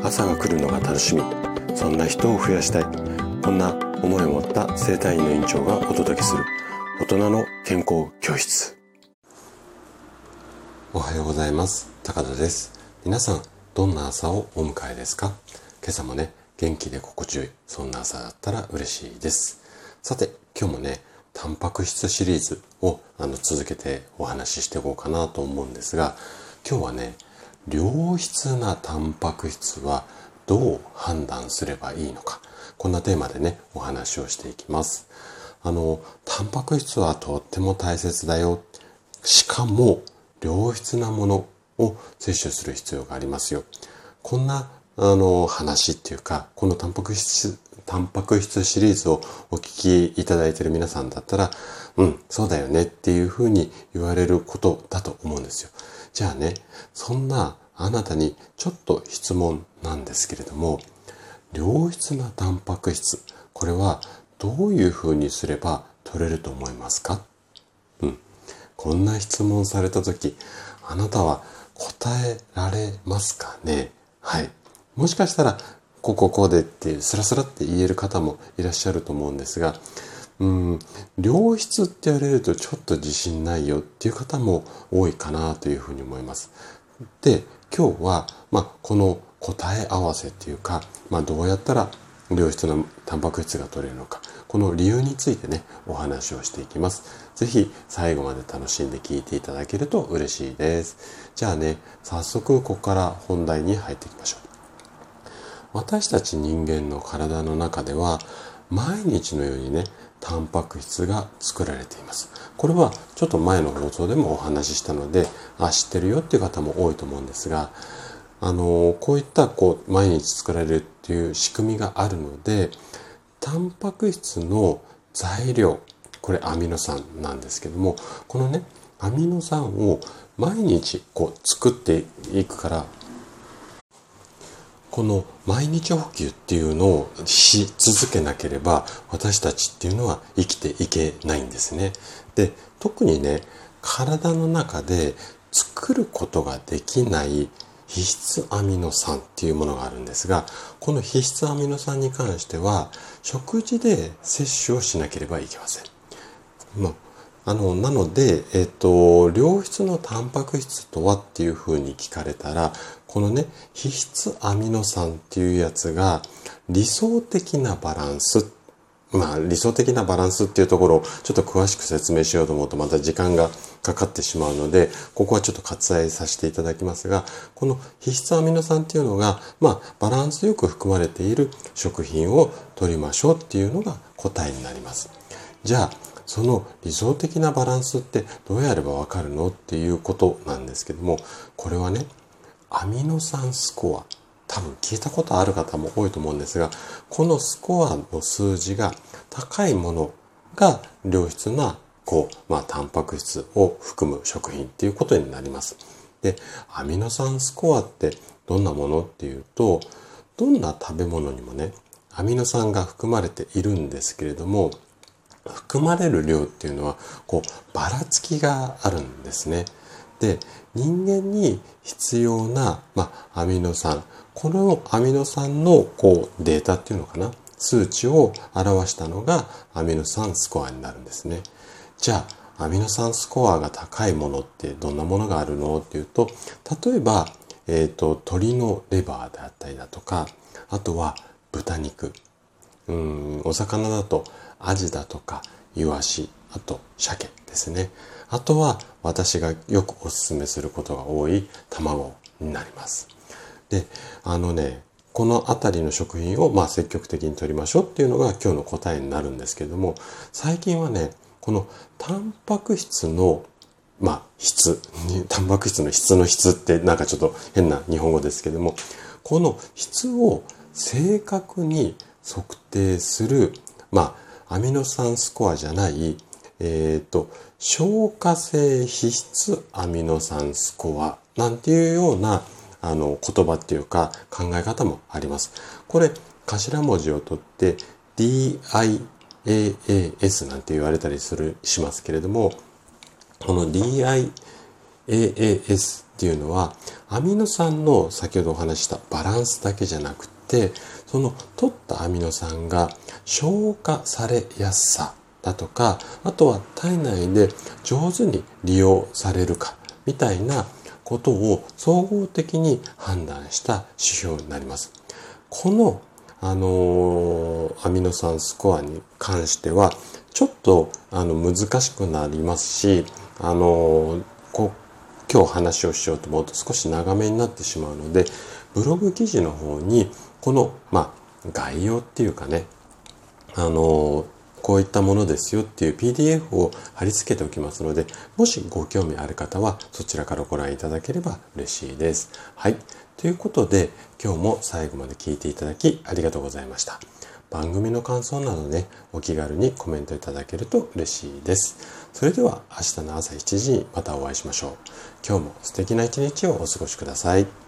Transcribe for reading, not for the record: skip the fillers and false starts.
朝が来るのが楽しみ、そんな人を増やしたい、こんな思いを持った整体院の院長がお届けする大人の健康教室。おはようございます。高田です。皆さんどんな朝をお迎えですか？今朝もね、元気で心地よい、そんな朝だったら嬉しいです。さて、今日もね、タンパク質シリーズを続けてお話ししていこうかなと思うんですが、今日はね、良質なタンパク質はどう判断すればいいのか、こんなテーマでね、お話をしていきます。タンパク質はとっても大切だよ。しかも良質なものを摂取する必要がありますよ。こんな話っていうか、このタンパク質シリーズをお聞きいただいている皆さんだったら、そうだよねっていうふうに言われることだと思うんですよ。じゃあね、そんなあなたにちょっと質問なんですけれども、良質なタンパク質、これはどういうふうにすれば取れると思いますか？こんな質問されたとき、あなたは答えられますかね？はい。もしかしたら、こうでってスラスラって言える方もいらっしゃると思うんですが、良質って言われるとちょっと自信ないよっていう方も多いかなというふうに思います。で、今日は、この答え合わせっていうか、どうやったら良質なタンパク質が取れるのか、この理由についてね、お話をしていきます。ぜひ最後まで楽しんで聞いていただけると嬉しいです。じゃあね、早速ここから本題に入っていきましょう。私たち人間の体の中では毎日のようにね、タンパク質が作られています。これはちょっと前の放送でもお話ししたので、知ってるよっていう方も多いと思うんですが、こういった毎日作られるっていう仕組みがあるので、タンパク質の材料、これアミノ酸なんですけども、このね、アミノ酸を毎日作っていくから、この毎日補給っていうのをし続けなければ、私たちっていうのは生きていけないんですね。で、特にね、体の中で作ることができない必須アミノ酸っていうものがあるんですが、この必須アミノ酸に関しては食事で摂取をしなければいけません。なので、良質のタンパク質とはっていうふうに聞かれたら、このね、必須アミノ酸っていうやつが理想的なバランス。理想的なバランスっていうところをちょっと詳しく説明しようと思うとまた時間がかかってしまうので、ここはちょっと割愛させていただきますが、この必須アミノ酸っていうのが、バランスよく含まれている食品を取りましょうっていうのが答えになります。じゃあ、その理想的なバランスってどうやればわかるのっていうことなんですけども、これはね、アミノ酸スコア、多分聞いたことある方も多いと思うんですが、このスコアの数字が高いものが良質なタンパク質を含む食品っていうことになります。で、アミノ酸スコアってどんなものっていうと、どんな食べ物にもね、アミノ酸が含まれているんですけれども、含まれる量っていうのはばらつきがあるんですね。で、人間に必要な、アミノ酸、このアミノ酸のデータっていうのかな、数値を表したのがアミノ酸スコアになるんですね。じゃあ、アミノ酸スコアが高いものってどんなものがあるのっていうと、例えば、鶏のレバーであったりだとか、あとは豚肉、お魚だとアジだとかイワシ、あと鮭ですね。あとは私がよくお勧めすることが多い卵になります。で、このあたりの食品を積極的に摂りましょうっていうのが今日の答えになるんですけれども、最近はね、このタンパク質のタンパク質の質の質ってなんかちょっと変な日本語ですけれども、この質を正確に測定する、アミノ酸スコアじゃない、消化性必須アミノ酸スコアなんていうような言葉っていうか考え方もあります。これ頭文字を取って DIAAS なんて言われたりしますけれども、この DIAAS っていうのはアミノ酸の先ほどお話ししたバランスだけじゃなくて、その取ったアミノ酸が消化されやすさだとか、あとは体内で上手に利用されるかみたいなことを総合的に判断した指標になります。このアミノ酸スコアに関してはちょっと難しくなりますし、今日話をしようと思うと少し長めになってしまうので、ブログ記事の方にこの概要っていうかね、こういったものですよっていう PDF を貼り付けておきますので、もしご興味ある方はそちらからご覧いただければ嬉しいです。はい。ということで、今日も最後まで聞いていただきありがとうございました。番組の感想などね、お気軽にコメントいただけると嬉しいです。それでは明日の朝7時にまたお会いしましょう。今日も素敵な一日をお過ごしください。